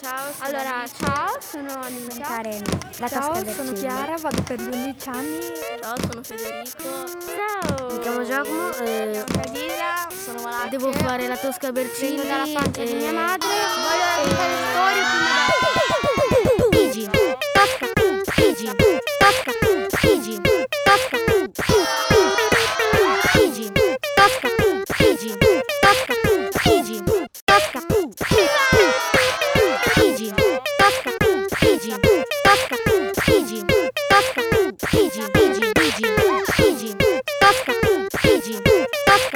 Ciao, Allora, ciao, sono Alicia. Karen, la Ciao, tasca del sono cibo. Chiara, vado per gli 11 anni. ciao, sono Federico. Ciao. Mi chiamo Giacomo, Khadija, Sono Malacca. devo fare la tosca Bercilli. vengo dalla pancia di mia madre. Voglio raccontare storie, Figi, tosca, Figi, tosca, Figi, tosca, Figi, tosca, Figi, tosca, Figi, tosca, Figi, tosca, Figi, tosca, Figi, tosca, Figi, Figi, Figi, Figi, tosca, Figi, tosca,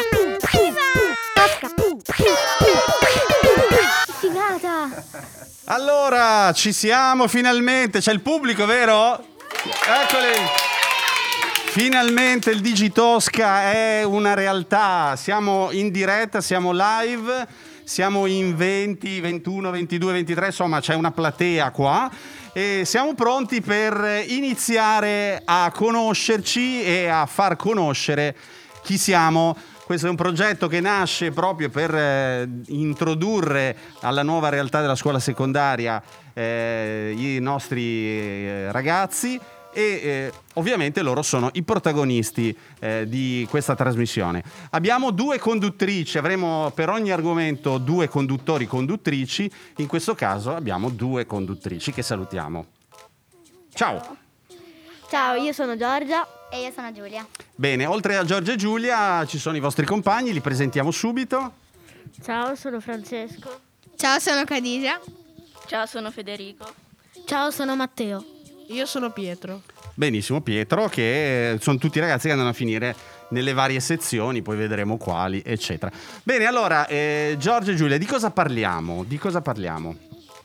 tosca, figata! Allora, ci siamo finalmente. C'è il pubblico, vero? Eccoli. Finalmente il Digitosca è una realtà. Siamo in diretta, siamo live, siamo in 20, 21, 22, 23, insomma c'è una platea qua. E siamo pronti per iniziare a conoscerci e a far conoscere chi siamo. Questo è un progetto che nasce proprio per introdurre alla nuova realtà della scuola secondaria i nostri ragazzi e ovviamente loro sono i protagonisti di questa trasmissione. Abbiamo 2 conduttrici, avremo per ogni argomento 2 conduttori, conduttrici. In questo caso abbiamo 2 conduttrici che salutiamo. Ciao! Ciao, io sono Giorgia. E io sono Giulia. Bene, oltre a Giorgia e Giulia ci sono i vostri compagni, li presentiamo subito. Ciao, sono Francesco. Ciao, sono Khadija. Ciao, sono Federico. Ciao, sono Matteo. Io sono Pietro. Benissimo, Pietro, che sono tutti ragazzi che andranno a finire nelle varie sezioni, poi vedremo quali, eccetera. Bene, allora, Giorgia e Giulia, di cosa parliamo? Di cosa parliamo?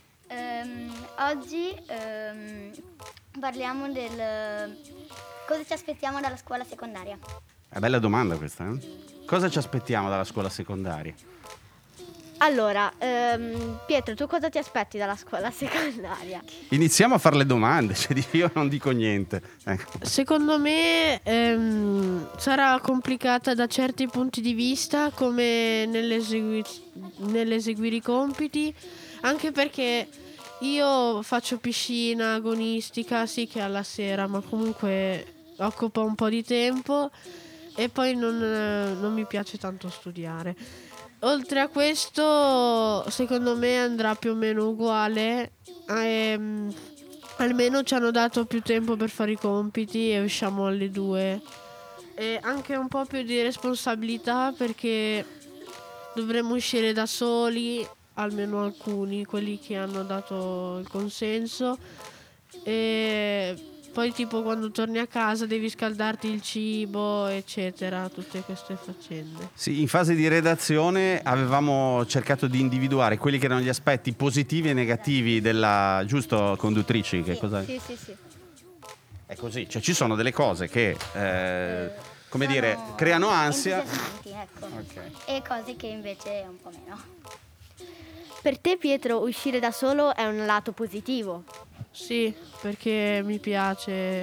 Oggi parliamo del cosa ci aspettiamo dalla scuola secondaria. È bella domanda questa, eh? Cosa ci aspettiamo dalla scuola secondaria? Allora, Pietro, tu cosa ti aspetti dalla scuola secondaria? Iniziamo a fare le domande, cioè io non dico niente. Ecco. Secondo me sarà complicata da certi punti di vista, come nell'eseguire i compiti, anche perché io faccio piscina agonistica, sì che alla sera, ma comunque occupa un po' di tempo e poi non mi piace tanto studiare. Oltre a questo, secondo me andrà più o meno uguale. Almeno ci hanno dato più tempo per fare i compiti e usciamo alle 2. E anche un po' più di responsabilità, perché dovremmo uscire da soli, almeno alcuni, quelli che hanno dato il consenso. E poi tipo quando torni a casa devi scaldarti il cibo, eccetera, tutte queste faccende. Sì, in fase di redazione avevamo cercato di individuare quelli che erano gli aspetti positivi e negativi della... Giusto, conduttrici? Che cosa... Sì. È così, cioè ci sono delle cose che, come Sono dire, creano ansia. entusiasmanti, ecco. Ok. E cose che invece un po' meno. Per te, Pietro, uscire da solo è un lato positivo. Sì, perché mi piace,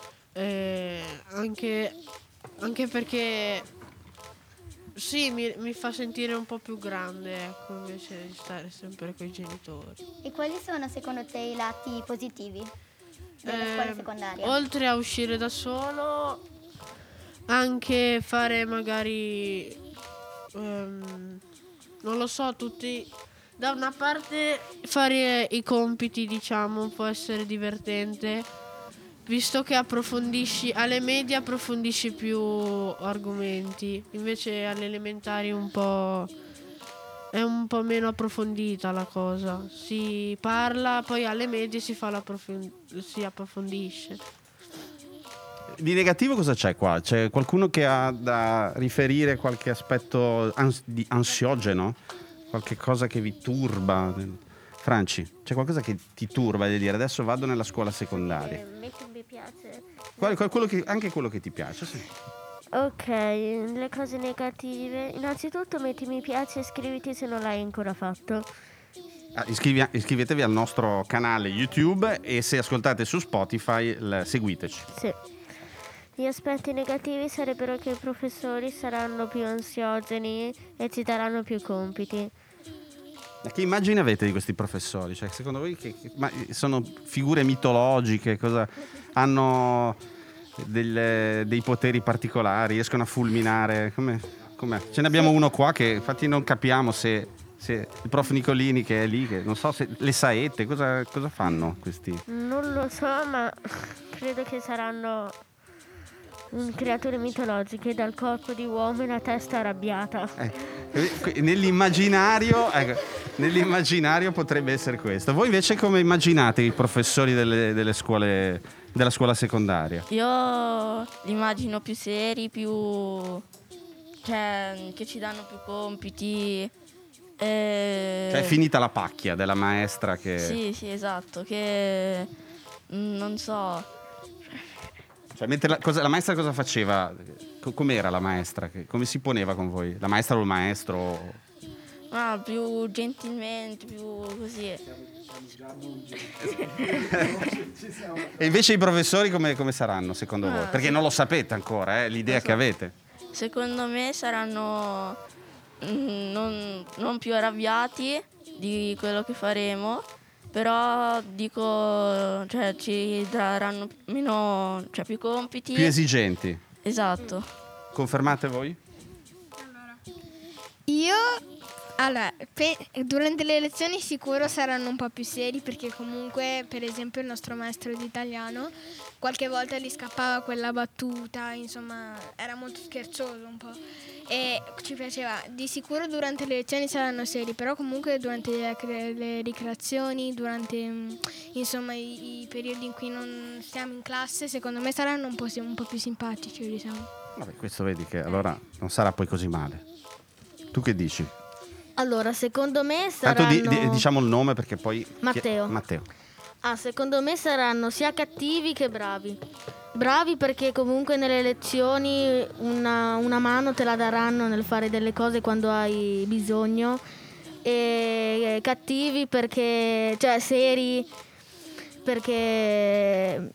anche perché sì, mi fa sentire un po' più grande, ecco, invece di stare sempre con i genitori. E quali sono secondo te i lati positivi della scuola secondaria? Oltre a uscire da solo, anche fare magari, non lo so, tutti... Da una parte fare i compiti, diciamo, può essere divertente, visto che approfondisci, alle medie approfondisci più argomenti, invece alle elementari è un po' meno approfondita la cosa. Si parla, poi alle medie si approfondisce. Di negativo cosa c'è qua? C'è qualcuno che ha da riferire qualche aspetto ansiogeno? Qualche cosa che vi turba? Franci, c'è qualcosa che ti turba di dire adesso vado nella scuola secondaria? A me che mi piace. Anche quello che ti piace, sì. Ok, le cose negative. Innanzitutto metti mi piace e iscriviti se non l'hai ancora fatto. Iscrivetevi al nostro canale YouTube e se ascoltate su Spotify seguiteci. Sì. Gli aspetti negativi sarebbero che i professori saranno più ansiogeni e ci daranno più compiti. Che immagine avete di questi professori? Cioè, secondo voi sono figure mitologiche? Cosa hanno dei poteri particolari? Riescono a fulminare? Com'è? Ce ne abbiamo uno qua che infatti non capiamo se il prof Nicolini che è lì, che non so se le saette, cosa fanno questi? Non lo so, ma credo che saranno creature mitologiche dal corpo di uomo e la testa arrabbiata. Nell'immaginario potrebbe essere questo. Voi invece come immaginate i professori delle scuole, della scuola secondaria? Io li immagino più seri, cioè che ci danno più compiti. Cioè è finita la pacchia della maestra che... Sì, esatto, che non so. Cioè, mentre la maestra cosa faceva? Com'era la maestra? Come si poneva con voi? La maestra o il maestro? Più gentilmente, più così. E invece i professori come saranno secondo voi? Perché non lo sapete ancora, l'idea che avete. Secondo me saranno non più arrabbiati di quello che faremo, però dico, cioè ci daranno meno, cioè più compiti. Più esigenti. Esatto. Confermate voi? Durante le lezioni sicuro saranno un po' più seri, perché comunque per esempio il nostro maestro di italiano qualche volta gli scappava quella battuta, insomma era molto scherzoso un po' e ci piaceva. Di sicuro durante le lezioni saranno seri, però comunque durante le ricreazioni, durante insomma i periodi in cui non stiamo in classe, secondo me saranno un po' più simpatici, diciamo. Vabbè, questo vedi che allora non sarà poi così male. Tu che dici? Allora, secondo me saranno... Tanto diciamo il nome perché poi... Matteo. Secondo me saranno sia cattivi che bravi. Bravi perché comunque nelle lezioni una mano te la daranno nel fare delle cose quando hai bisogno. E cattivi perché... cioè seri perché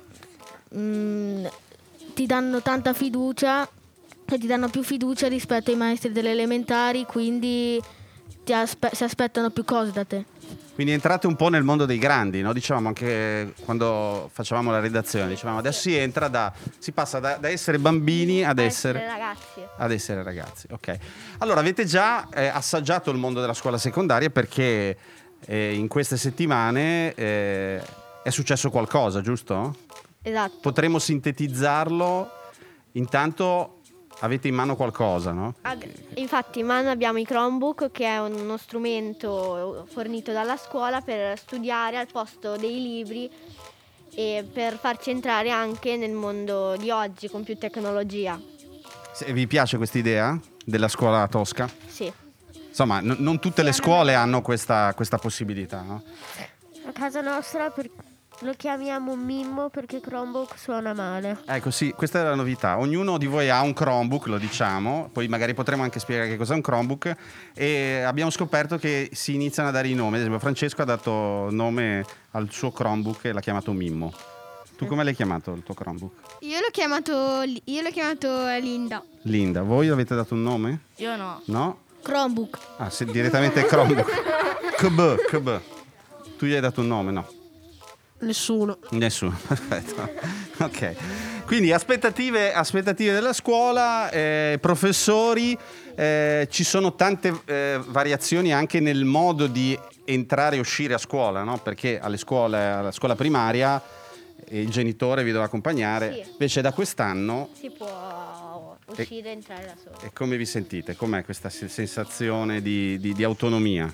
ti danno tanta fiducia, che ti danno più fiducia rispetto ai maestri delle elementari, quindi si aspettano più cose da te. Quindi entrate un po' nel mondo dei grandi, no? Dicevamo anche quando facevamo la redazione, dicevamo adesso si passa da essere bambini ad essere ragazzi. Ok. Allora avete già assaggiato il mondo della scuola secondaria perché in queste settimane è successo qualcosa, giusto? Esatto. Potremmo sintetizzarlo. Intanto avete in mano qualcosa, no? Infatti in mano abbiamo i Chromebook, che è uno strumento fornito dalla scuola per studiare al posto dei libri e per farci entrare anche nel mondo di oggi con più tecnologia. Vi piace questa idea della scuola tosca? Sì. Insomma, non tutte le scuole hanno questa possibilità, no? A casa nostra lo chiamiamo Mimmo perché Chromebook suona male. Ecco, sì, questa è la novità. Ognuno di voi ha un Chromebook, lo diciamo, poi magari potremo anche spiegare che cos'è un Chromebook, e abbiamo scoperto che si iniziano a dare i nomi. Ad esempio Francesco ha dato nome al suo Chromebook e l'ha chiamato Mimmo. Tu come l'hai chiamato il tuo Chromebook? Io l'ho chiamato Linda. Linda. Voi avete dato un nome? Io no. No? Chromebook. Direttamente Chromebook. KB. Tu gli hai dato un nome, no? Nessuno. Perfetto. Ok. Quindi aspettative della scuola, professori, ci sono tante variazioni anche nel modo di entrare e uscire a scuola, no? Perché alla scuola primaria il genitore vi doveva accompagnare, sì. Invece da quest'anno Si può uscire e entrare da solo. E come vi sentite? Com'è questa sensazione di autonomia?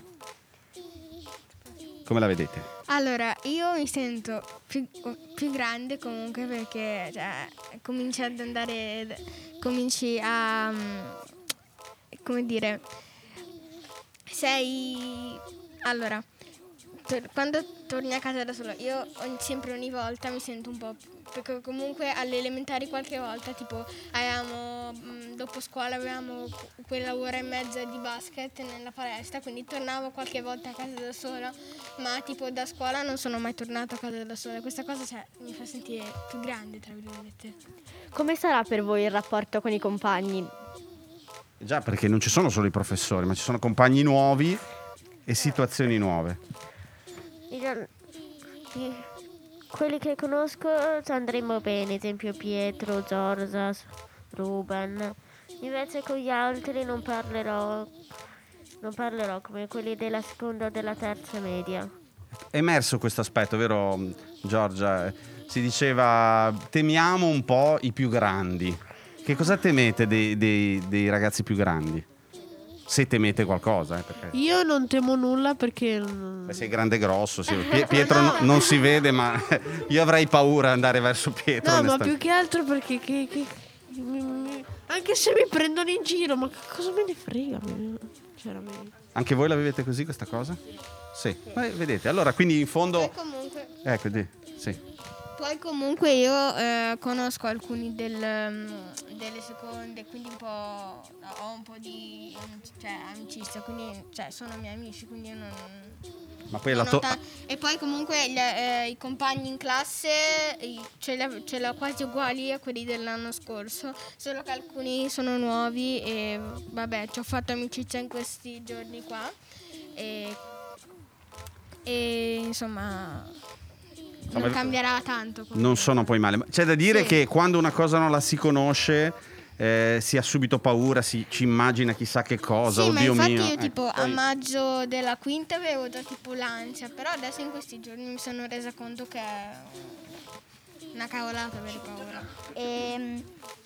Come la vedete? Allora, io mi sento più grande comunque, perché cominci a come dire, allora, quando torni a casa da sola, io ogni volta mi sento un po', perché comunque alle elementari qualche volta tipo dopo scuola avevamo quella ora e mezza di basket nella palestra, quindi tornavo qualche volta a casa da sola, ma tipo da scuola non sono mai tornata a casa da sola. Questa cosa mi fa sentire più grande, tra virgolette. Come sarà per voi il rapporto con i compagni? Già, perché non ci sono solo i professori, ma ci sono compagni nuovi. e situazioni nuove. Quelli che conosco andremo bene, ad esempio Pietro, Giorgia, Ruben. Invece con gli altri non parlerò come quelli della seconda o della terza media. È emerso questo aspetto, vero Giorgia? Si diceva temiamo un po' i più grandi. Che cosa temete dei ragazzi più grandi? Se temete qualcosa, perché... Io non temo nulla perché... Beh, sei grande e grosso, sì. Pietro non si vede, ma io avrei paura di andare verso Pietro. No, ma più che altro perché anche se mi prendono in giro, ma che cosa me ne frega? Sinceramente. Anche voi la vivete così questa cosa? Sì. Vedete, allora quindi in fondo... Comunque, Ecco, sì. poi comunque io conosco alcuni delle seconde, quindi ho un po' di amicizia, quindi sono miei amici, quindi io non... Ma poi E poi comunque i compagni in classe ce l'ho quasi uguali a quelli dell'anno scorso, solo che alcuni sono nuovi e vabbè, ci ho fatto amicizia in questi giorni qua e insomma non cambierà tanto. Comunque. Non sono poi male. C'è da dire che quando una cosa non la si conosce si ha subito paura, ci immagina chissà che cosa, sì, oddio ma infatti mio. io tipo a maggio della quinta avevo già tipo l'ansia, però adesso in questi giorni mi sono resa conto che è una cavolata avere paura.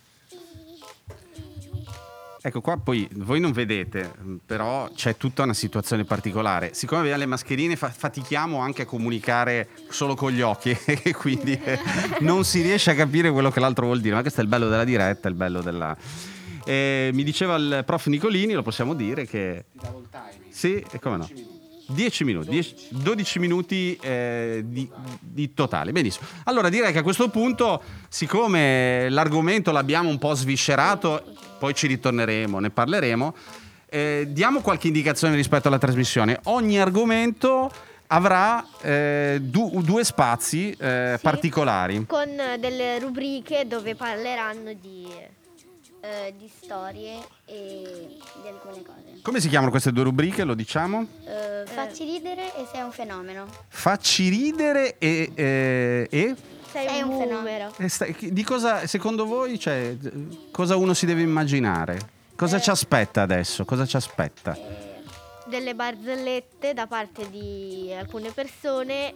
Ecco qua poi voi non vedete, però c'è tutta una situazione particolare. Siccome abbiamo le mascherine fatichiamo anche a comunicare solo con gli occhi e quindi non si riesce a capire quello che l'altro vuol dire. Ma questo è il bello della diretta, il bello della... mi diceva il prof Nicolini, lo possiamo dire che... Ti davo il timing. Sì, e come no? 10 minuti, 12 minuti di totale. Benissimo. Allora direi che a questo punto, siccome l'argomento l'abbiamo un po' sviscerato, poi ci ritorneremo, ne parleremo, diamo qualche indicazione rispetto alla trasmissione. Ogni argomento avrà due spazi particolari. Con delle rubriche dove parleranno di storie e di alcune cose. Come si chiamano queste due rubriche? Lo diciamo? Facci ridere e sei un fenomeno. Facci ridere e? Sei un numero. Di cosa, secondo voi, cosa uno si deve immaginare? Cosa ci aspetta adesso? Cosa ci aspetta? Delle barzellette da parte di alcune persone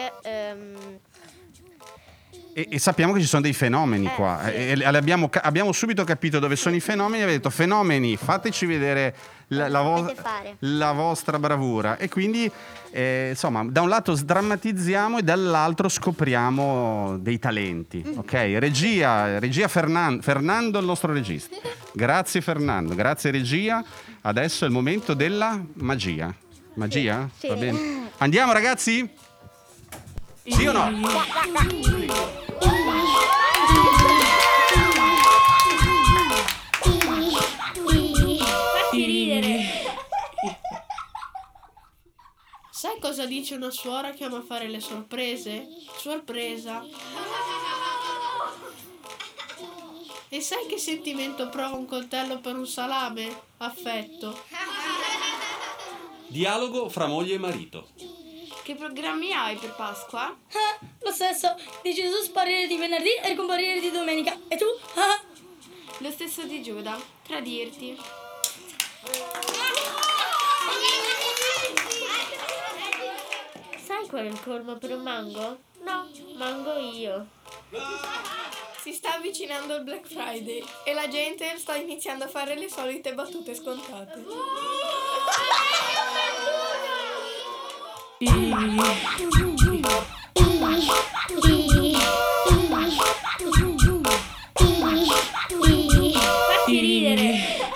e sappiamo che ci sono dei fenomeni qua. Sì. E abbiamo subito capito dove sono i fenomeni. Abbiamo detto fenomeni, fateci vedere la vostra bravura. E quindi insomma, da un lato sdrammatizziamo e dall'altro scopriamo dei talenti. Ok? Regia Fernando, il nostro regista. Grazie Fernando, grazie regia. Adesso è il momento della magia. Magia? Sì. Va bene. Andiamo ragazzi? Sì o no? Sai cosa dice una suora che ama fare le sorprese? Sorpresa. E sai che sentimento prova un coltello per un salame? Affetto. Dialogo fra moglie e marito. Che programmi hai per Pasqua? Lo stesso, di Gesù sparire di venerdì e ricomparire di domenica. E tu? Lo stesso di Giuda, tradirti. Sai qual è il colmo per un mango? No, mango io. Si sta avvicinando il Black Friday e la gente sta iniziando a fare le solite battute scontate. Fatti ridere.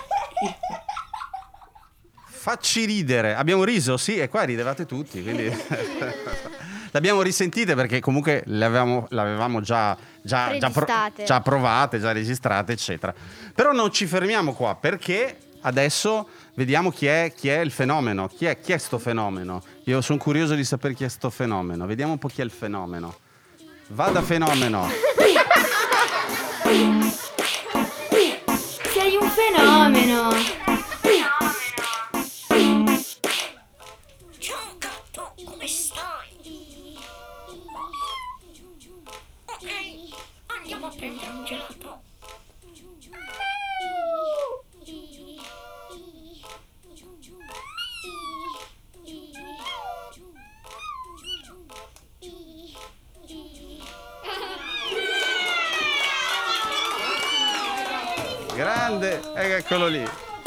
Facci ridere. Abbiamo riso? Sì, e qua ridevate tutti, quindi l'abbiamo risentite perché comunque l'avevamo già provate, già registrate, eccetera. Però non ci fermiamo qua perché adesso vediamo chi è il fenomeno. Chi è sto fenomeno? Io sono curioso di sapere chi è sto fenomeno. Vediamo un po' chi è il fenomeno. Vada fenomeno. Sei un fenomeno. grande, eccolo lì.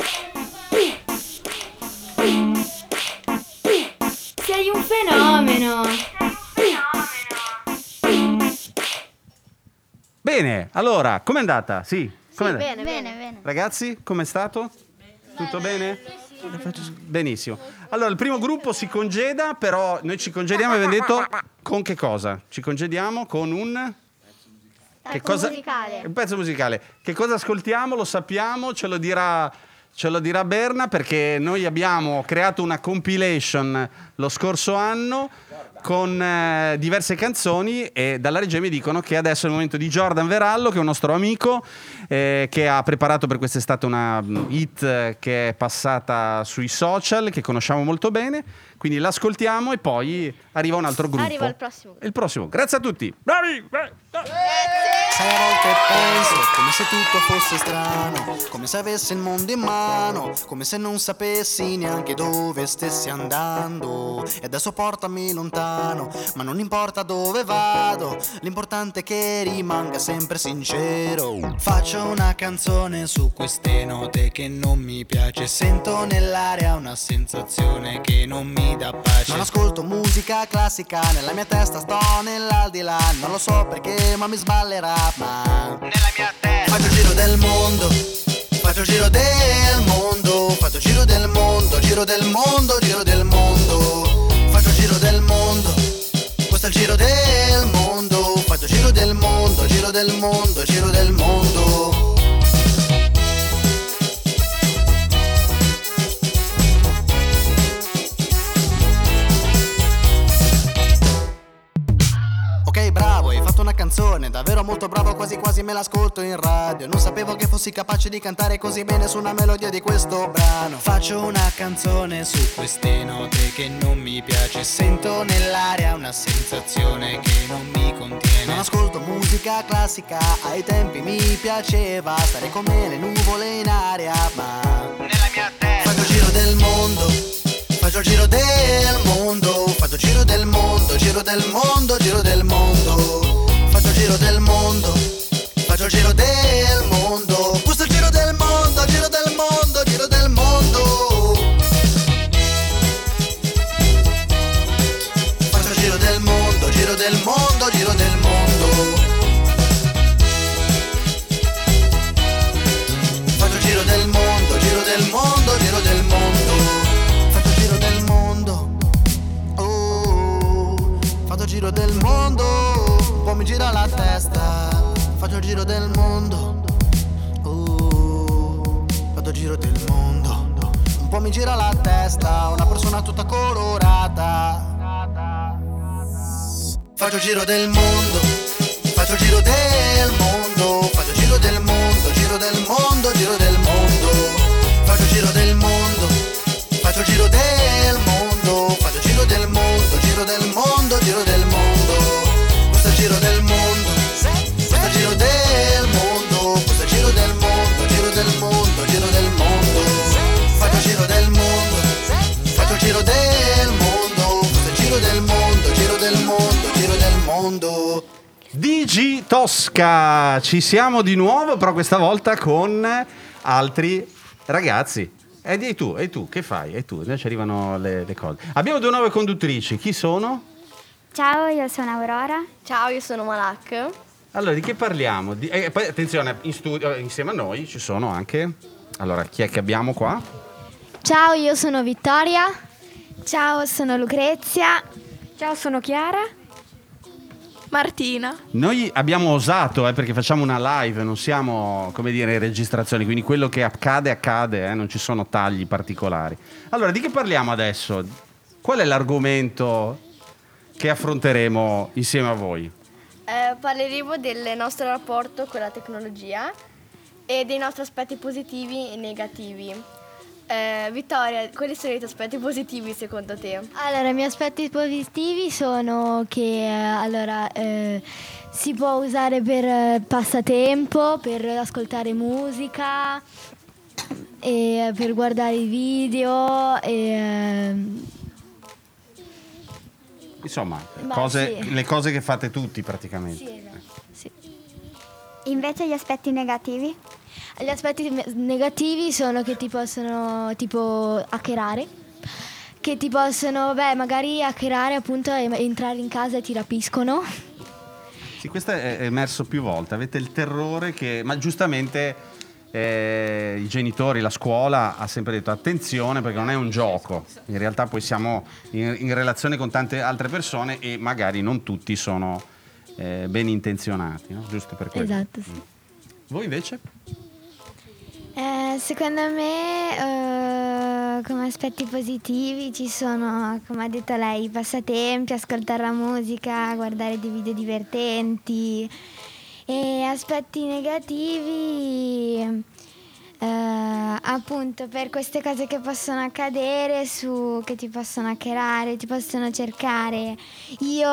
Sei un fenomeno. Bene, allora, com'è andata? Sì, com'è andata? Bene. Ragazzi, com'è stato? Tutto bene? Benissimo. Allora, il primo gruppo si congeda, però noi ci congediamo, abbiamo detto, con che cosa? Ci congediamo con un... musicale. Un pezzo musicale. Che cosa ascoltiamo? Lo sappiamo, ce lo dirà Berna, perché noi abbiamo creato una compilation lo scorso anno con diverse canzoni, e dalla regia mi dicono che adesso è il momento di Jordan Verallo, che è un nostro amico che ha preparato per quest'estate una hit che è passata sui social, che conosciamo molto bene, quindi l'ascoltiamo e poi arriva un altro gruppo. Arriva il prossimo. Il prossimo. Grazie a tutti. Bravi! Sai, a volte penso come se tutto fosse strano, come se avessi il mondo in mano, come se non sapessi neanche dove stessi andando. E adesso portami lontano, ma non importa dove vado, l'importante è che rimanga sempre sincero. Faccio una canzone su queste note che non mi piace, sento nell'aria una sensazione che non mi dà pace. Non ascolto musica classica, nella mia testa sto nell'aldilà, non lo so perché ma mi sballerà, ma nella mia testa faccio il giro del mondo, faccio il giro del mondo, faccio il giro del mondo, giro del mondo, giro del mondo, faccio il giro del mondo, questo è il giro del mondo, faccio il giro del mondo, giro del mondo, giro del mondo. Ok, bravo, hai fatto una canzone, davvero molto bravo, quasi quasi me l'ascolto in radio. Non sapevo che fossi capace di cantare così bene su una melodia di questo brano. Faccio una canzone su queste note che non mi piace, sento nell'aria una sensazione che non mi contiene. Non ascolto musica classica, ai tempi mi piaceva stare come le nuvole in aria, ma nella mia testa faccio il giro del mondo, faccio il giro del mondo, faccio il giro del mondo, giro del mondo, giro del mondo, faccio il giro del mondo, faccio il giro del mondo, questo è il giro del mondo, giro del mondo, giro del mondo, faccio il giro del mondo, giro del mondo, giro del mondo, faccio il giro del mondo, giro del mondo, giro del mondo. Faccio il giro del mondo, poi mi gira la testa. Faccio il giro del mondo, faccio il giro del mondo, un po' mi gira la testa. Una persona tutta colorata. Faccio il giro del mondo, faccio il giro del mondo, faccio il giro del mondo, giro del mondo, giro del mondo, faccio il giro del mondo, faccio il giro del mondo, faccio il giro del mondo, giro del mondo, giro del mondo, questo è il giro del mondo, questo è il giro del mondo, questo è il giro del mondo, giro del mondo, giro del mondo, faccio il giro del mondo, faccio il giro del mondo, questo è il giro del mondo, giro del mondo, giro del mondo. Digi Tosca, ci siamo di nuovo, però questa volta con altri ragazzi. E tu, che fai? E tu, adesso arrivano le cose. Abbiamo due nuove conduttrici, chi sono? Ciao, io sono Aurora. Ciao, io sono Malak. Allora, di che parliamo? Poi attenzione, in studio insieme a noi ci sono anche... Allora, chi è che abbiamo qua? Ciao, io sono Vittoria. Ciao, sono Lucrezia. Ciao, sono Chiara. Martina. Noi abbiamo osato, perché facciamo una live, non siamo, come dire, registrazioni, quindi quello che accade, non ci sono tagli particolari. Allora, di che parliamo adesso? Qual è l'argomento che affronteremo insieme a voi? Parleremo del nostro rapporto con la tecnologia e dei nostri aspetti positivi e negativi. Vittoria, quali sono i tuoi aspetti positivi secondo te? Allora, i miei aspetti positivi sono che si può usare per passatempo, per ascoltare musica, e per guardare i video Insomma, sì. le cose che fate tutti praticamente. Sì, esatto. Sì. Invece gli aspetti negativi? Gli aspetti negativi sono che ti possono tipo hackerare, che ti possono magari hackerare appunto e entrare in casa e ti rapiscono. Sì, questo è emerso più volte. Avete il terrore che, ma giustamente i genitori, la scuola ha sempre detto attenzione perché non è un gioco. In realtà poi siamo in relazione con tante altre persone e magari non tutti sono ben intenzionati, no? Giusto per quello. Esatto, sì. Voi invece? Secondo me come aspetti positivi ci sono, come ha detto lei, i passatempi, ascoltare la musica, guardare dei video divertenti. E aspetti negativi appunto per queste cose che possono accadere, che ti possono hackerare, ti possono cercare. Io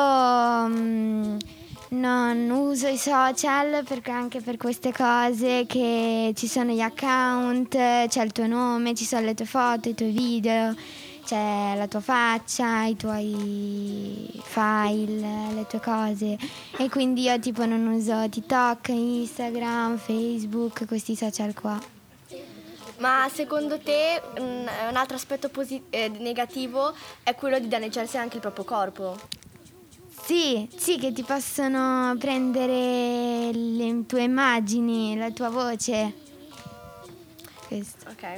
non uso i social perché anche per queste cose che ci sono gli account, c'è il tuo nome, ci sono le tue foto, i tuoi video, c'è la tua faccia, i tuoi file, le tue cose, e quindi io tipo non uso TikTok, Instagram, Facebook, questi social qua. Ma secondo te un altro aspetto negativo è quello di danneggiarsi anche il proprio corpo? Sì, che ti possono prendere le tue immagini, la tua voce. Questo. Ok.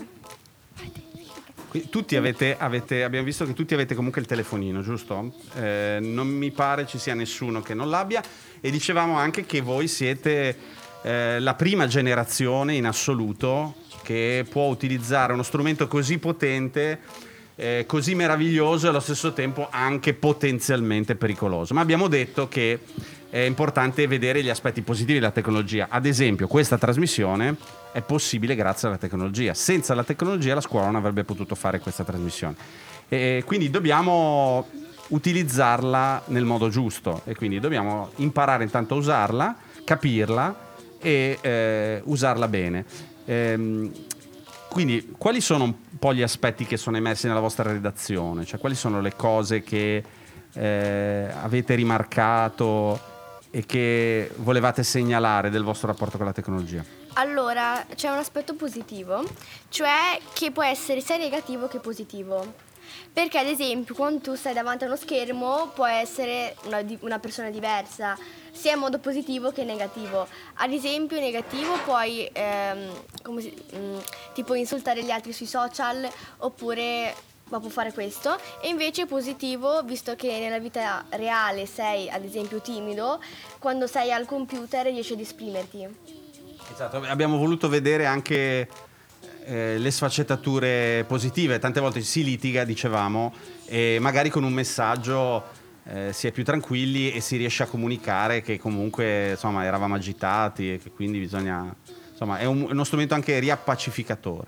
Tutti abbiamo visto che tutti avete comunque il telefonino, giusto? Non mi pare ci sia nessuno che non l'abbia, e dicevamo anche che voi siete la prima generazione in assoluto che può utilizzare uno strumento così potente, così meraviglioso e allo stesso tempo anche potenzialmente pericoloso. Ma abbiamo detto che è importante vedere gli aspetti positivi della tecnologia. Ad esempio, questa trasmissione è possibile grazie alla tecnologia. Senza la tecnologia la scuola non avrebbe potuto fare questa trasmissione. E quindi dobbiamo utilizzarla nel modo giusto, e quindi dobbiamo imparare intanto a usarla, capirla e usarla bene. Quindi quali sono un po' gli aspetti che sono emersi nella vostra redazione? Cioè, quali sono le cose che avete rimarcato e che volevate segnalare del vostro rapporto con la tecnologia? Allora, c'è un aspetto positivo, cioè che può essere sia negativo che positivo. Perché ad esempio quando tu stai davanti a uno schermo puoi essere una persona diversa, sia in modo positivo che negativo. Ad esempio negativo puoi tipo insultare gli altri sui social, oppure può fare questo. E invece positivo, visto che nella vita reale sei ad esempio timido, quando sei al computer riesci ad esprimerti. Esatto, abbiamo voluto vedere anche le sfaccettature positive. Tante volte si litiga, dicevamo, e magari con un messaggio si è più tranquilli e si riesce a comunicare che comunque insomma eravamo agitati e che quindi bisogna, insomma, è uno strumento anche riappacificatore.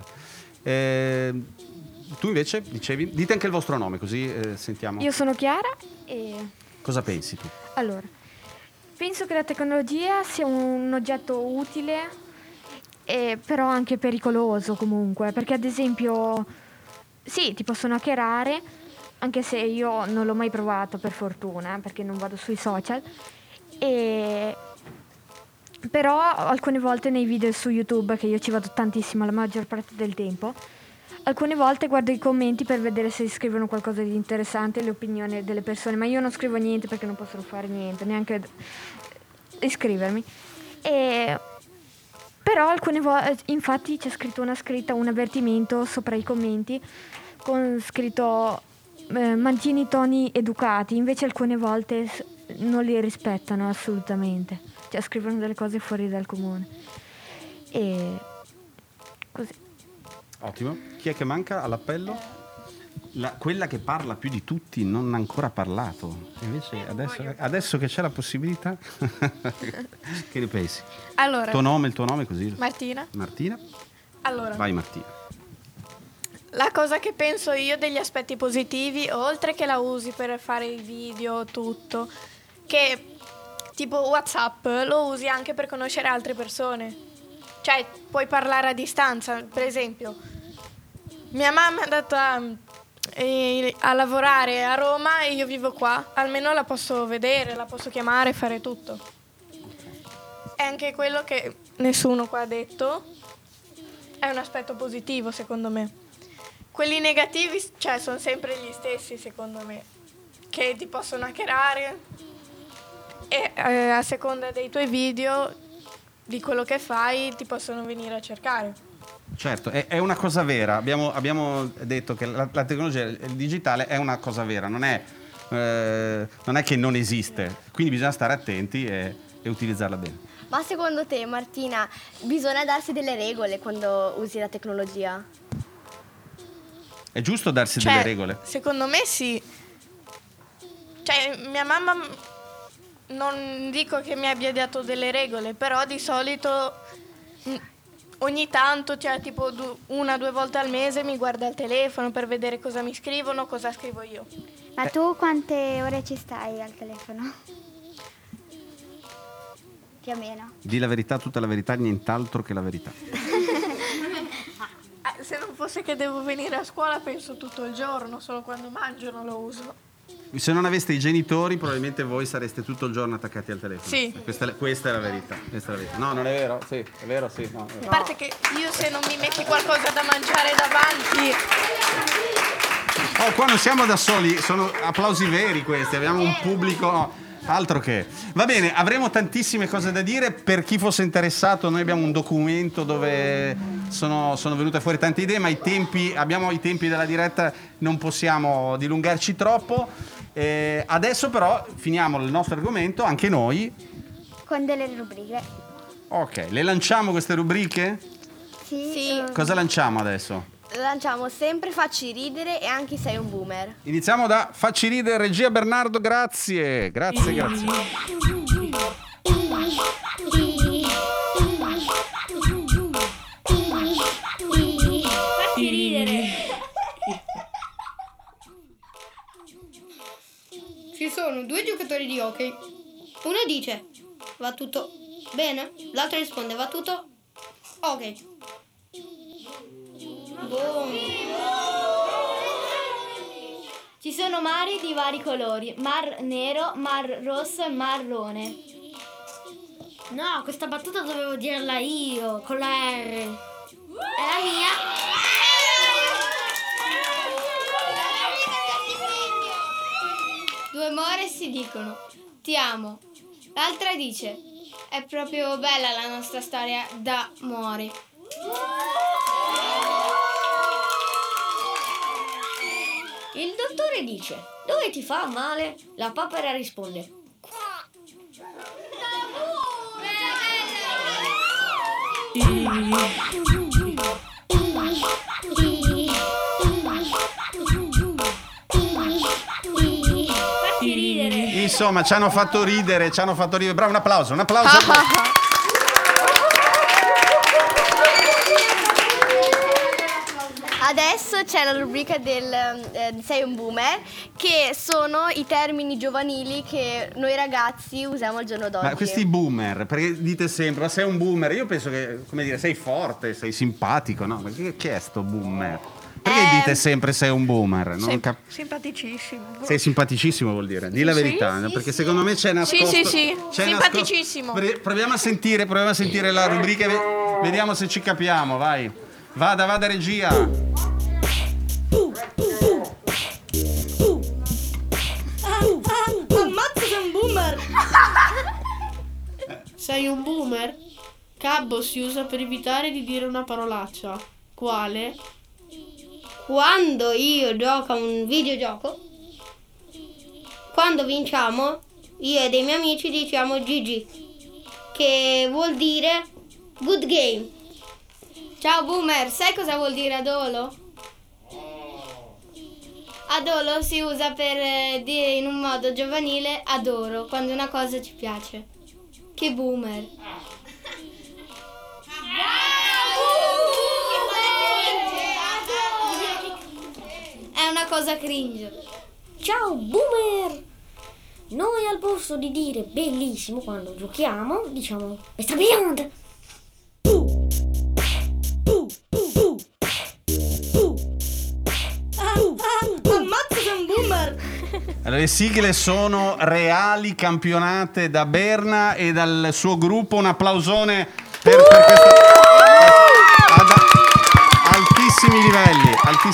Tu invece dicevi, dite anche il vostro nome così sentiamo. Io sono Chiara e Cosa pensi tu? allora penso che la tecnologia sia un oggetto utile, però anche pericoloso comunque, perché ad esempio sì, ti possono hackerare, anche se io non l'ho mai provato per fortuna, perché non vado sui social, però alcune volte nei video su YouTube, che io ci vado tantissimo la maggior parte del tempo, alcune volte guardo i commenti per vedere se scrivono qualcosa di interessante, le opinioni delle persone, ma io non scrivo niente perché non possono fare niente, neanche iscrivermi. Però alcune volte, infatti c'è scritto un avvertimento sopra i commenti con scritto mantieni i toni educati, invece alcune volte non li rispettano assolutamente, cioè scrivono delle cose fuori dal comune. E così. Ottimo. Chi è che manca all'appello? Quella che parla più di tutti non ha ancora parlato. Invece adesso che c'è la possibilità, che ne pensi? Allora, Il tuo nome così. Martina. Allora, Vai Martina. la cosa che penso io degli aspetti positivi, oltre che la usi per fare i video, tutto, che tipo WhatsApp lo usi anche per conoscere altre persone. Cioè, puoi parlare a distanza. Per esempio, mia mamma è andata a lavorare a Roma e io vivo qua. Almeno la posso vedere, la posso chiamare, fare tutto. È anche quello che nessuno qua ha detto, è un aspetto positivo, secondo me. Quelli negativi, cioè, sono sempre gli stessi, secondo me, che ti possono hackerare e a seconda dei tuoi video, di quello che fai, ti possono venire a cercare. Certo, è una cosa vera. Abbiamo detto che la tecnologia, il digitale è una cosa vera, non è che non esiste, quindi bisogna stare attenti e utilizzarla bene. Ma secondo te, Martina, bisogna darsi delle regole quando usi la tecnologia? È giusto darsi delle regole? Secondo me sì. Cioè, mia mamma non dico che mi abbia dato delle regole, però di solito ogni tanto, cioè tipo 1 o 2 volte al mese mi guarda il telefono per vedere cosa mi scrivono, cosa scrivo io. Ma tu quante ore ci stai al telefono? Più o meno. Di la verità, tutta la verità, nient'altro che la verità. Se non fosse che devo venire a scuola penso tutto il giorno, solo quando mangio non lo uso. Se non aveste i genitori, probabilmente voi sareste tutto il giorno attaccati al telefono. Sì. Questa è la verità. No, non è vero? Sì, è vero, sì. No, A parte che io se non mi metti qualcosa da mangiare davanti... Oh, qua non siamo da soli, sono applausi veri questi, abbiamo un pubblico... Altro che. Va bene, avremo tantissime cose da dire. Per chi fosse interessato, noi abbiamo un documento dove sono venute fuori tante idee, ma abbiamo i tempi della diretta, non possiamo dilungarci troppo. Adesso però finiamo il nostro argomento, anche noi. Con delle rubriche. Ok, le lanciamo queste rubriche? Sì. Cosa lanciamo adesso? Lanciamo sempre Facci ridere e anche sei un boomer. Iniziamo da Facci ridere, regia Bernardo, grazie. Facci ridere. Ci sono 2 giocatori di hockey. Uno dice va tutto bene, l'altro risponde va tutto ok. Boom. Ci sono mari di vari colori, mar nero, mar rosso e marrone. No, questa battuta dovevo dirla io, con la R. È la mia. Due more si dicono ti amo. L'altra dice è proprio bella la nostra storia d'amore. Il dottore dice dove ti fa male? La papera risponde Fatti ridere. Insomma, ci hanno fatto ridere. Bravo, un applauso. Adesso c'è la rubrica del Sei un boomer, che sono i termini giovanili che noi ragazzi usiamo al giorno d'oggi. Ma questi boomer, perché dite sempre, ma sei un boomer? Io penso che, come dire, sei forte, sei simpatico, no? Ma che è sto boomer? Perché dite sempre sei un boomer? Simpaticissimo. Sei simpaticissimo vuol dire, di la verità, no? Perché secondo me c'è nascosto... Sì, simpaticissimo. Proviamo a sentire la rubrica e vediamo se ci capiamo, vai. Vada regia. Ammazza, sei un boomer. Sei un boomer? Cabbo si usa per evitare di dire una parolaccia. Quale? Quando io gioco a un videogioco, quando vinciamo, io e dei miei amici diciamo GG, che vuol dire good game. Ciao boomer, sai cosa vuol dire adolo? Adolo si usa per dire in un modo giovanile adoro, quando una cosa ci piace. Che boomer. È una cosa cringe. Ciao boomer! Noi al posto di dire bellissimo quando giochiamo, diciamo è beyond. Ammazza, sei un boomer! Allora, le sigle sono reali, campionate da Berna e dal suo gruppo. Un applausone per questa... altissimi livelli.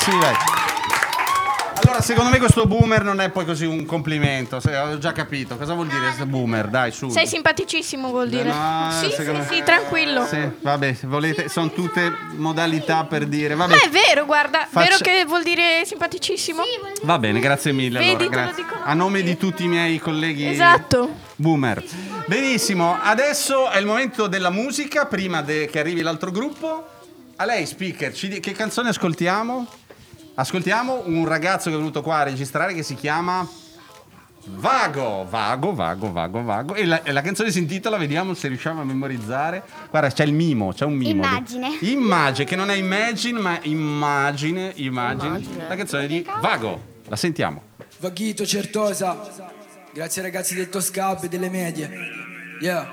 Allora, secondo me questo boomer non è poi così un complimento. Ho già capito. Cosa vuol dire questo boomer? Dai, su. Sei simpaticissimo, vuol dire. No, Sì, tranquillo. Sì, vabbè, se volete, sono tutte modalità per dire. Vabbè. Ma è vero, guarda, vero che vuol dire simpaticissimo? Va bene, grazie mille. Vedi, allora, te lo dico. A nome di tutti i miei colleghi Esatto. boomer. Benissimo, adesso è il momento della musica, prima che arrivi l'altro gruppo. A lei, speaker, che canzone ascoltiamo? Ascoltiamo un ragazzo che è venuto qua a registrare che si chiama Vago. E la canzone si intitola, vediamo se riusciamo a memorizzare. Guarda, c'è un mimo. Immagine, che non è Imagine, ma Immagine. La canzone di Vago. La sentiamo. Vaghito, Certosa. Grazie ragazzi del Toscab e delle medie. Yeah.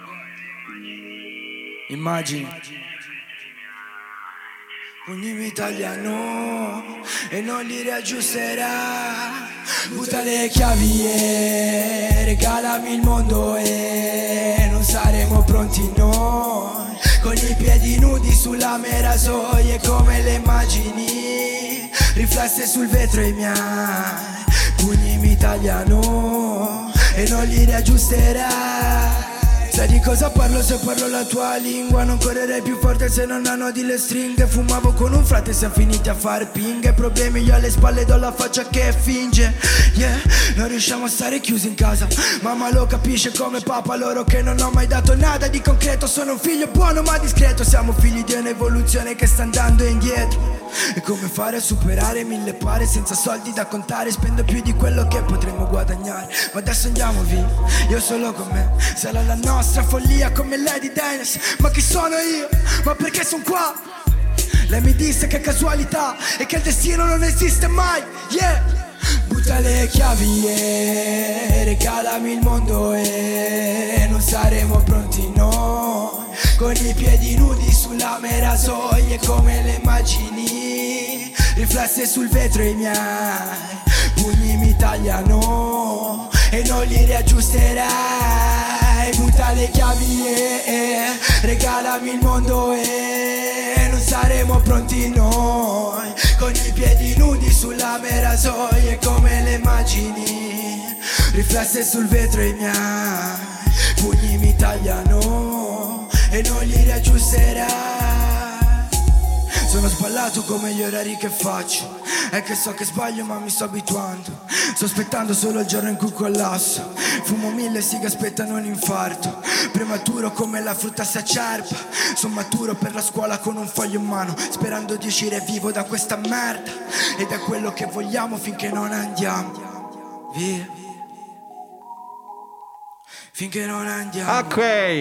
Immagine. Ogni italiano e non li riaggiusterà. Butta le chiavi e regalami il mondo e non saremo pronti noi. Con i piedi nudi sulla merasoia come le immagini riflesse sul vetro i miei pugni italiano e non li riaggiusterà. Sai di cosa parlo se parlo la tua lingua? Non correrei più forte se non hanno di le stringhe. Fumavo con un frate, siamo finiti a far pinghe. Problemi io alle spalle do la faccia che finge. Yeah, non riusciamo a stare chiusi in casa. Mamma lo capisce come papà, loro che non ho mai dato nada di concreto. Sono un figlio buono ma discreto. Siamo figli di un'evoluzione che sta andando indietro. E come fare a superare 1000 pare senza soldi da contare? Spendo più di quello che potremmo guadagnare. Ma adesso andiamo via, io solo con me. Sarà la nostra follia come Lady Dennis. Ma chi sono io? Ma perché sono qua? Lei mi disse che casualità e che il destino non esiste mai. Yeah. Butta le chiavi e regalami il mondo e non saremo pronti noi. Con i piedi nudi sulla merasoia come le immagini riflesse sul vetro i miei pugni mi tagliano e non li riaggiusterai. Butta le chiavi e regalami il mondo e non saremo pronti noi. Con i piedi nudi sulla merasoia come le immagini riflesse sul vetro i miei pugni mi tagliano e non li riaggiusterai. Sono sballato come gli orari che faccio. È che so che sbaglio ma mi sto abituando. Sto aspettando solo il giorno in cui collasso. Fumo 1000 sighe, aspettano un infarto. Prematuro come la frutta si accerpa. Sono maturo per la scuola con un foglio in mano, sperando di uscire vivo da questa merda. Ed è quello che vogliamo finché non andiamo via. Finché non andiamo. Ok,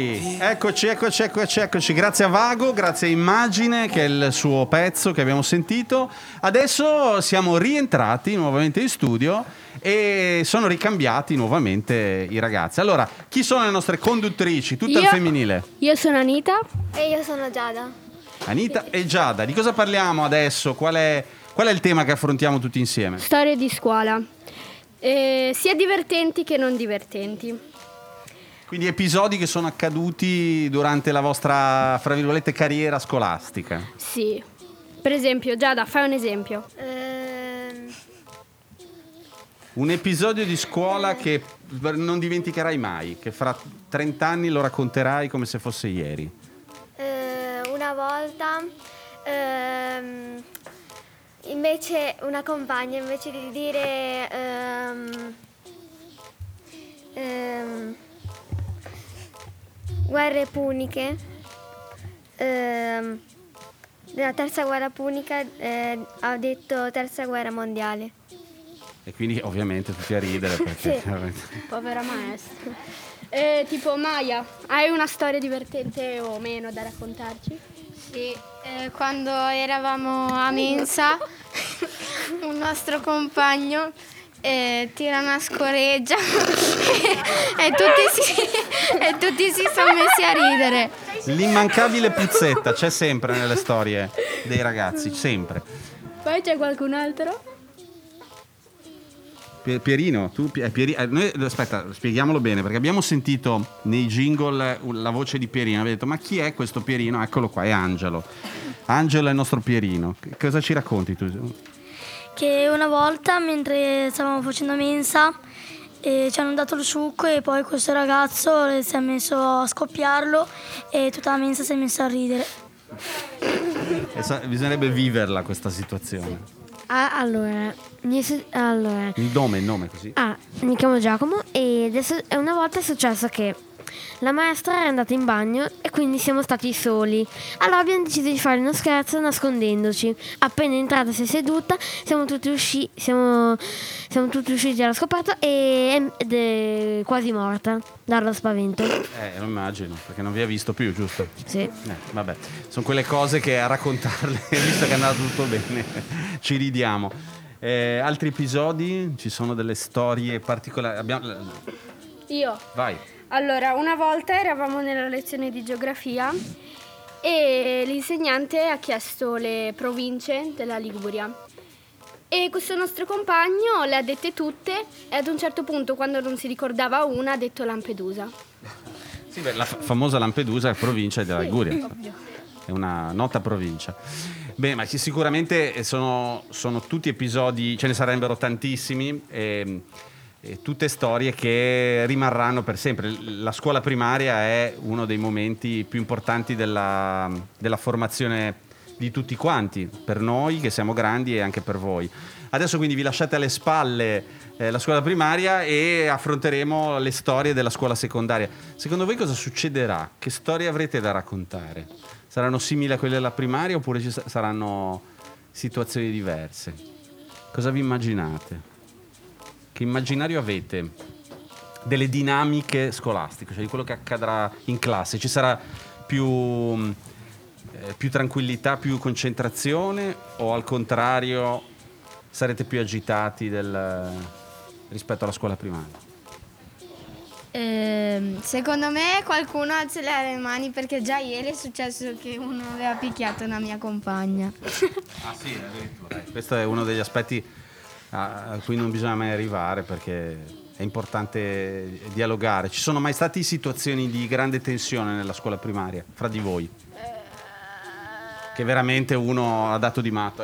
eccoci. Grazie a Vago, grazie a Immagine, che è il suo pezzo che abbiamo sentito. Adesso siamo rientrati nuovamente in studio e sono ricambiati nuovamente i ragazzi. Allora, chi sono le nostre conduttrici? Tutte al femminile. Io sono Anita. E io sono Giada. Anita e Giada. Di cosa parliamo adesso? Qual è il tema che affrontiamo tutti insieme? Storie di scuola. Sia divertenti che non divertenti. Quindi episodi che sono accaduti durante la vostra, fra virgolette, carriera scolastica. Sì. Per esempio, Giada, fai un esempio. Un episodio di scuola che non dimenticherai mai, che fra 30 anni lo racconterai come se fosse ieri. Una volta, invece una compagna, invece di dire... guerre puniche, della terza guerra punica, ha detto terza guerra mondiale. E quindi ovviamente tutti a ridere perché... Sì. Povera maestra. Tipo Maya, hai una storia divertente o meno da raccontarci? Sì, quando eravamo a mensa un nostro compagno tira una scoreggia e tutti si sono messi a ridere. L'immancabile puzzetta c'è sempre nelle storie dei ragazzi, sempre. Poi c'è qualcun altro? Pierino, noi, aspetta, spieghiamolo bene, perché abbiamo sentito nei jingle la voce di Pierino. Abbiamo detto, ma chi è questo Pierino? Eccolo qua, è Angelo. Angelo è il nostro Pierino. Cosa ci racconti tu? Che una volta, mentre stavamo facendo mensa, ci hanno dato il succo e poi questo ragazzo si è messo a scoppiarlo e tutta la mensa si è messa a ridere. Bisognerebbe viverla questa situazione. Allora, Il nome così. mi chiamo Giacomo e adesso una volta è successo che la maestra è andata in bagno e quindi siamo stati soli. Allora abbiamo deciso di fare uno scherzo nascondendoci. Appena entrata si è seduta, siamo tutti usciti dallo scoperto ed è quasi morta dallo spavento. Lo immagino, perché non vi ha visto più, giusto? Sì. Vabbè, sono quelle cose che a raccontarle, visto che è andato tutto bene, ci ridiamo. Altri episodi? Ci sono delle storie particolari? Io. Vai. Allora, una volta eravamo nella lezione di geografia e l'insegnante ha chiesto le province della Liguria e questo nostro compagno le ha dette tutte e ad un certo punto, quando non si ricordava una, ha detto Lampedusa. Sì, la famosa Lampedusa è provincia della Liguria. Ovvio. È una nota provincia. Beh, ma sicuramente sono tutti episodi, ce ne sarebbero tantissimi, e tutte storie che rimarranno per sempre. La scuola primaria è uno dei momenti più importanti della formazione di tutti quanti, per noi che siamo grandi e anche per voi. Adesso quindi vi lasciate alle spalle la scuola primaria e affronteremo le storie della scuola secondaria. Secondo voi cosa succederà? Che storie avrete da raccontare? Saranno simili a quelle della primaria oppure ci saranno situazioni diverse? Cosa vi immaginate? Che immaginario avete delle dinamiche scolastiche, cioè di quello che accadrà in classe? Ci sarà più tranquillità, più concentrazione o al contrario sarete più agitati rispetto alla scuola primaria? Secondo me qualcuno alzerà le mani perché già ieri è successo che uno aveva picchiato una mia compagna. Ah sì, addirittura. Questo è uno degli aspetti a cui non bisogna mai arrivare perché è importante dialogare. Ci sono mai state situazioni di grande tensione nella scuola primaria fra di voi? Che veramente uno ha dato di matto?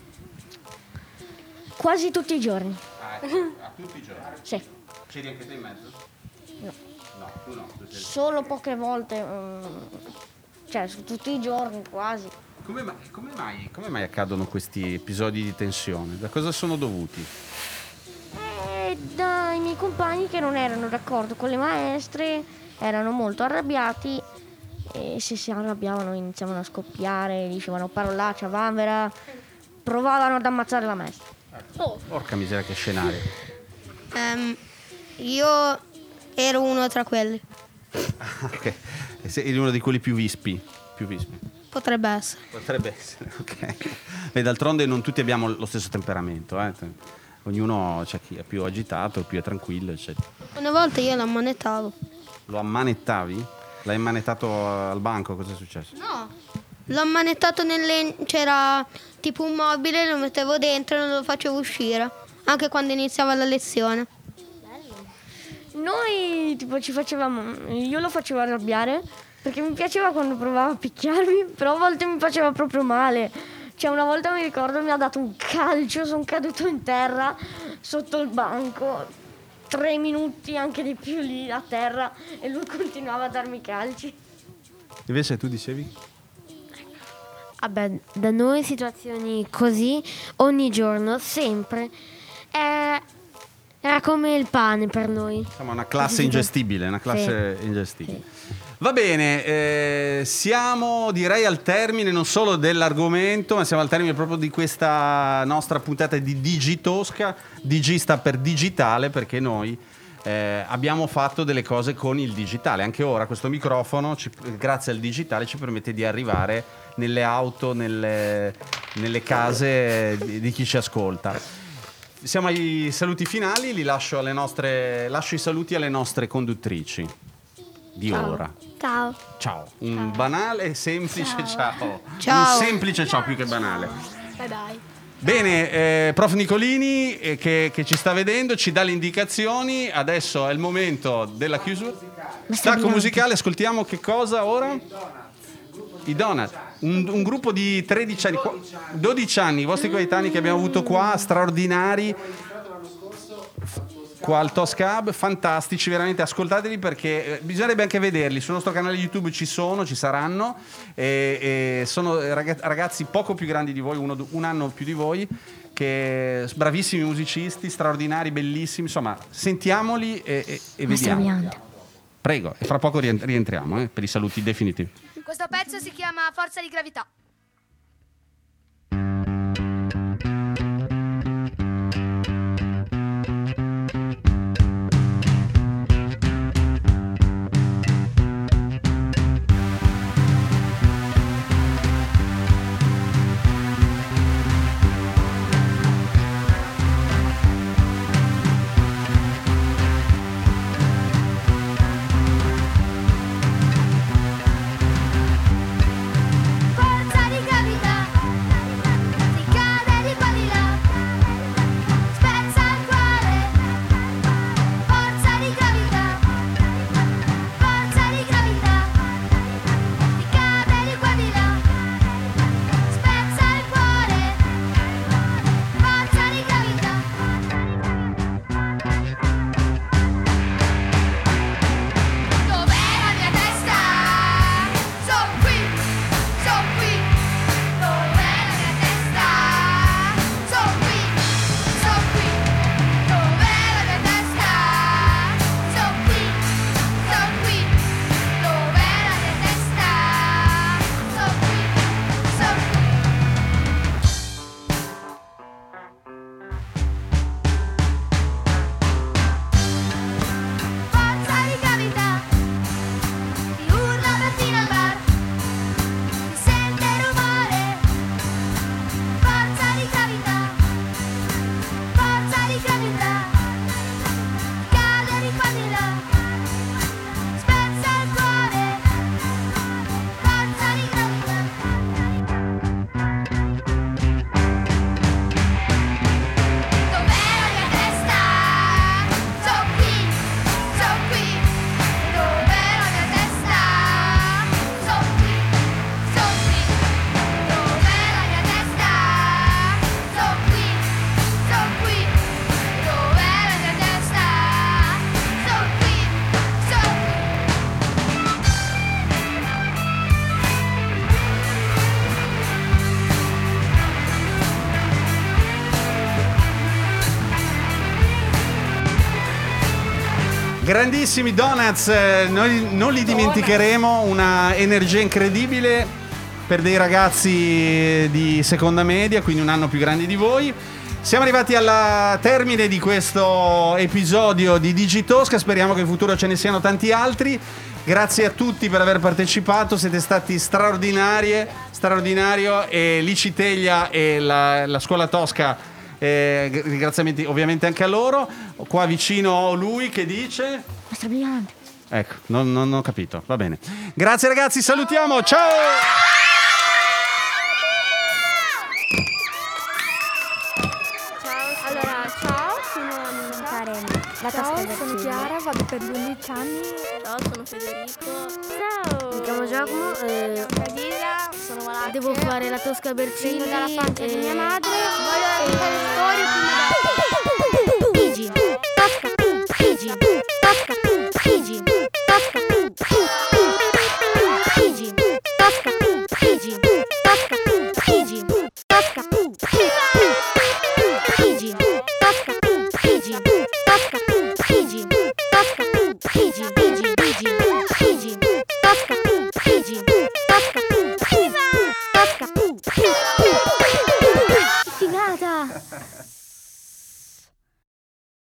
Quasi tutti i giorni. A tutti i giorni? Sì. C'eri anche te in mezzo? No. No, tu no. Tu Solo poche volte, cioè su tutti i giorni quasi. Come mai accadono questi episodi di tensione? Da cosa sono dovuti? Dai miei compagni che non erano d'accordo con le maestre, erano molto arrabbiati e se si arrabbiavano iniziavano a scoppiare, dicevano parolaccia, vanvera, provavano ad ammazzare la maestra. Porca miseria, che scenario. Io ero uno tra quelli. Ok, sei uno di quelli più vispi. Potrebbe essere. Potrebbe essere, ok. E d'altronde non tutti abbiamo lo stesso temperamento, Ognuno c'è chi è più agitato, più è tranquillo, eccetera. Una volta io lo ammanettavo. Lo ammanettavi? L'hai ammanettato al banco? Cosa è successo? No. L'ho ammanettato c'era tipo un mobile, lo mettevo dentro e non lo facevo uscire. Anche quando iniziava la lezione. Noi tipo io lo facevo arrabbiare perché mi piaceva quando provava a picchiarmi, però a volte mi faceva proprio male. Cioè una volta mi ricordo mi ha dato un calcio, sono caduto in terra sotto il banco, 3 minuti anche di più lì a terra e lui continuava a darmi calci. Invece tu dicevi? Vabbè, da noi situazioni così ogni giorno, sempre. Era come il pane per noi. Insomma, una classe ingestibile, ingestibile. Sì. Va bene, siamo direi al termine non solo dell'argomento, ma siamo al termine proprio di questa nostra puntata di Digitosca. Digi sta per digitale perché noi abbiamo fatto delle cose con il digitale. Anche ora questo microfono, grazie al digitale, ci permette di arrivare nelle auto, nelle case di chi ci ascolta. Siamo ai saluti finali, lascio i saluti alle nostre conduttrici di ora. Ciao. Un banale, semplice ciao. Ciao. Un semplice ciao più che banale. Dai. Bene, prof Nicolini che ci sta vedendo ci dà le indicazioni. Adesso è il momento della chiusura. Stacco musicale, ascoltiamo che cosa ora? I donut. Un gruppo di 13 anni, 12 anni, i vostri coetanei che abbiamo avuto qua, straordinari. Qua al Tosca Hub, fantastici, veramente ascoltateli perché bisognerebbe anche vederli. Sul nostro canale YouTube ci saranno. E sono ragazzi poco più grandi di voi, un anno più di voi, che bravissimi musicisti, straordinari, bellissimi. Insomma, sentiamoli e vediamo. Prego, e fra poco rientriamo per i saluti definitivi. Questo pezzo si chiama Forza di Gravità. Grandissimi Donuts, noi non li dimenticheremo, una energia incredibile per dei ragazzi di seconda media, quindi un anno più grandi di voi. Siamo arrivati al termine di questo episodio di Digitosca, speriamo che in futuro ce ne siano tanti altri. Grazie a tutti per aver partecipato, siete stati straordinario, e Licitellia e la scuola Tosca, ringraziamenti ovviamente anche a loro. Qua vicino ho lui che dice strabiliante. Ecco, non ho capito, va bene. Grazie ragazzi, salutiamo, ciao! Ciao, sono Chiara, vado per gli 11 anni. Ciao, sono Federico. Ciao, mi chiamo Giacomo. Elisa, sono malata. Devo fare la Tosca Bercini dalla pancia di mia madre. Voglio raccontare storie.